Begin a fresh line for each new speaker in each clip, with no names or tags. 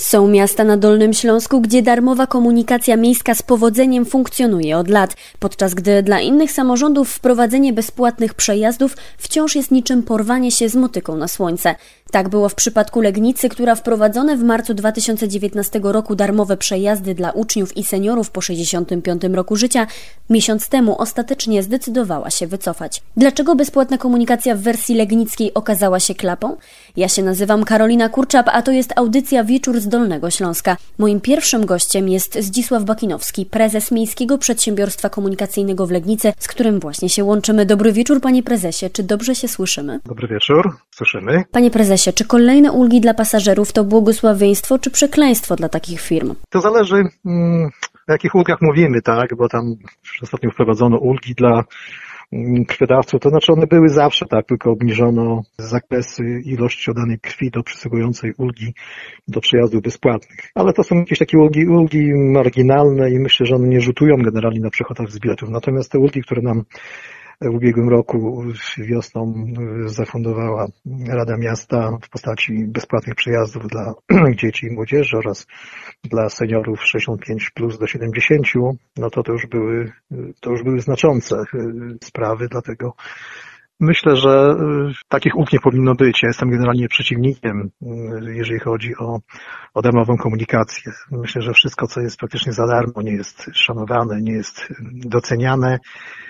Są miasta na Dolnym Śląsku, gdzie darmowa komunikacja miejska z powodzeniem funkcjonuje od lat, podczas gdy dla innych samorządów wprowadzenie bezpłatnych przejazdów wciąż jest niczym porwanie się z motyką na słońce. Tak było w przypadku Legnicy, która wprowadzone w marcu 2019 roku darmowe przejazdy dla uczniów i seniorów po 65 roku życia miesiąc temu ostatecznie zdecydowała się wycofać. Dlaczego bezpłatna komunikacja w wersji legnickiej okazała się klapą? Ja się nazywam Karolina Kurczap, a to jest audycja Wieczór z Dolnego Śląska. Moim pierwszym gościem jest Zdzisław Bakinowski, prezes Miejskiego Przedsiębiorstwa Komunikacyjnego w Legnicy, z którym właśnie się łączymy. Dobry wieczór, panie prezesie. Czy dobrze się słyszymy?
Dobry wieczór, słyszymy.
Panie prezesie, czy kolejne ulgi dla pasażerów to błogosławieństwo czy przekleństwo dla takich firm?
To zależy, o jakich ulgach mówimy, tak? Bo tam ostatnio wprowadzono ulgi dla krwiodawców, to znaczy one były zawsze, tak, tylko obniżono zakresy ilości oddanej krwi do przysługującej ulgi do przejazdów bezpłatnych. Ale to są jakieś takie ulgi marginalne i myślę, że one nie rzutują generalnie na przychodach z biletów. Natomiast te ulgi, które nam w ubiegłym roku wiosną zafundowała Rada Miasta w postaci bezpłatnych przejazdów dla dzieci i młodzieży oraz dla seniorów 65 plus do 70, no to już były znaczące sprawy, dlatego myślę, że takich ulg nie powinno być. Ja jestem generalnie przeciwnikiem, jeżeli chodzi o darmową komunikację. Myślę, że wszystko, co jest praktycznie za darmo, nie jest szanowane, nie jest doceniane.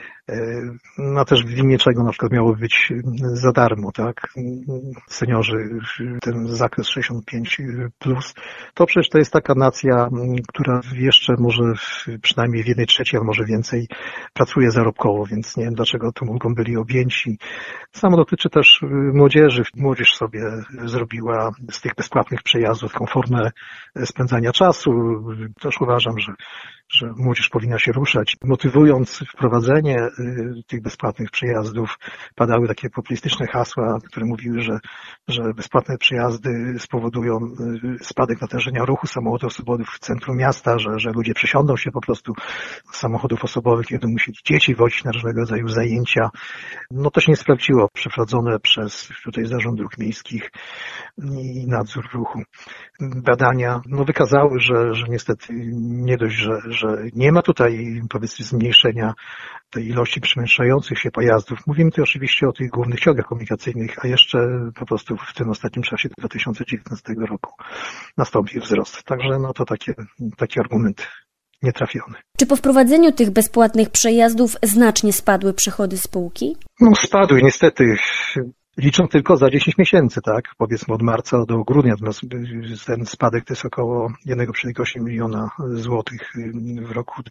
No też w imię czego na przykład miało być za darmo, tak? Seniorzy, ten zakres 65 plus, to przecież to jest taka nacja, która jeszcze może przynajmniej w 1/3, a może więcej pracuje zarobkowo, więc nie wiem dlaczego tą ulgą byli objęci. Samo dotyczy też młodzieży. Młodzież sobie zrobiła z tych bezpłatnych przejazdów taką formę spędzania czasu. Też uważam, że młodzież powinna się ruszać. Motywując wprowadzenie tych bezpłatnych przejazdów, padały takie populistyczne hasła, które mówiły, że bezpłatne przejazdy spowodują spadek natężenia ruchu samochodów osobowych w centrum miasta, że ludzie przesiądą się po prostu z samochodów osobowych, nie będą musieli dzieci wozić na różnego rodzaju zajęcia. No to się nie sprawdziło, przeprowadzone przez tutaj Zarząd Dróg Miejskich i nadzór ruchu. Badania wykazały, że niestety nie dość, że nie ma tutaj powiedzmy zmniejszenia tej ilości przemieszczających się pojazdów. Mówimy tu oczywiście o tych głównych ciągach komunikacyjnych, a jeszcze po prostu w tym ostatnim czasie 2019 roku nastąpił wzrost. Także to taki argument nietrafiony.
Czy po wprowadzeniu tych bezpłatnych przejazdów znacznie spadły przychody spółki?
Spadły niestety. Liczą tylko za 10 miesięcy, tak? Powiedzmy od marca do grudnia. Natomiast ten spadek to jest około 1,8 miliona złotych w roku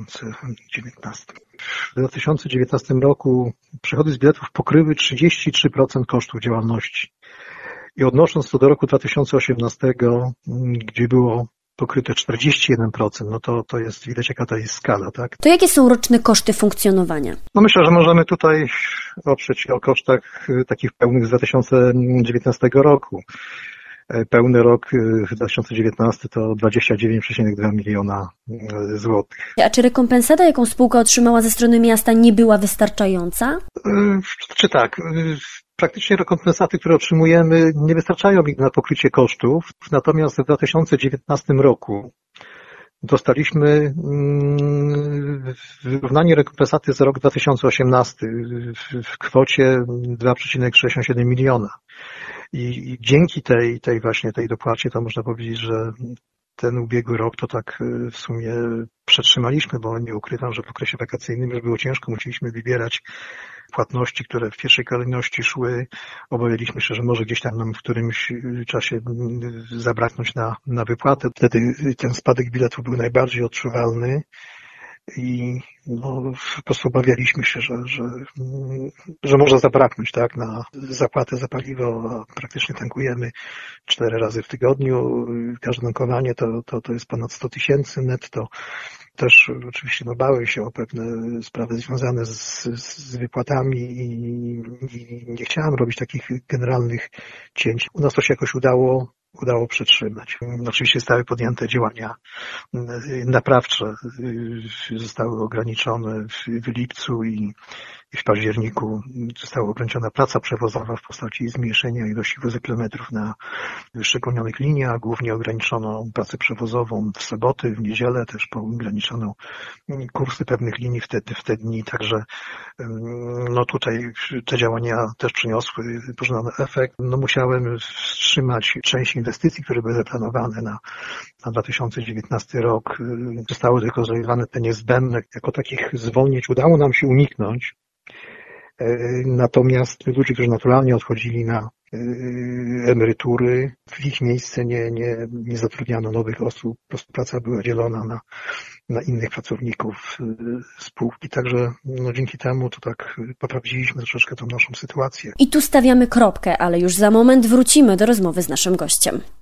2019. W 2019 roku przychody z biletów pokryły 33% kosztów działalności. I odnosząc to do roku 2018, gdzie było pokryte 41%, to jest widać jaka to jest skala, tak?
To jakie są roczne koszty funkcjonowania?
Myślę, że możemy tutaj oprzeć się o kosztach takich pełnych z 2019 roku. Pełny rok 2019 to 29,2 miliona złotych.
A czy rekompensata, jaką spółka otrzymała ze strony miasta, nie była wystarczająca?
Czy tak? Praktycznie rekompensaty, które otrzymujemy, nie wystarczają na pokrycie kosztów, natomiast w 2019 roku dostaliśmy wyrównanie rekompensaty za rok 2018 w kwocie 2,67 miliona. I dzięki tej dopłacie to można powiedzieć, że ten ubiegły rok to tak w sumie przetrzymaliśmy, bo nie ukrywam, że w okresie wakacyjnym już było ciężko, musieliśmy wybierać płatności, które w pierwszej kolejności szły. Obawialiśmy się, że może gdzieś tam nam w którymś czasie zabraknąć na wypłatę. Wtedy ten spadek biletów był najbardziej odczuwalny i po prostu obawialiśmy się, że może zabraknąć, tak, na zapłatę za paliwo, a praktycznie tankujemy 4 razy w tygodniu. Każde tankowanie to jest ponad 100 000 netto. Też oczywiście bałem się o pewne sprawy związane z wypłatami i nie chciałem robić takich generalnych cięć. U nas to się jakoś udało udało przetrzymać. Oczywiście zostały podjęte działania naprawcze, zostały ograniczone w lipcu i w październiku została ograniczona praca przewozowa w postaci zmniejszenia ilości wozokilometrów na wyszczególnionych liniach. Głównie ograniczono pracę przewozową w soboty, w niedzielę, też ograniczono kursy pewnych linii w te dni. Także tutaj te działania też przyniosły pożądany efekt. Musiałem wstrzymać część inwestycji, które były zaplanowane na 2019 rok. Zostały tylko zrealizowane te niezbędne. Jako takich zwolnień udało nam się uniknąć. Natomiast ludzie, którzy naturalnie odchodzili na emerytury, w ich miejsce nie zatrudniano nowych osób, po prostu praca była dzielona na innych pracowników spółki. Także dzięki temu to tak poprawiliśmy troszeczkę tą naszą sytuację.
I tu stawiamy kropkę, ale już za moment wrócimy do rozmowy z naszym gościem.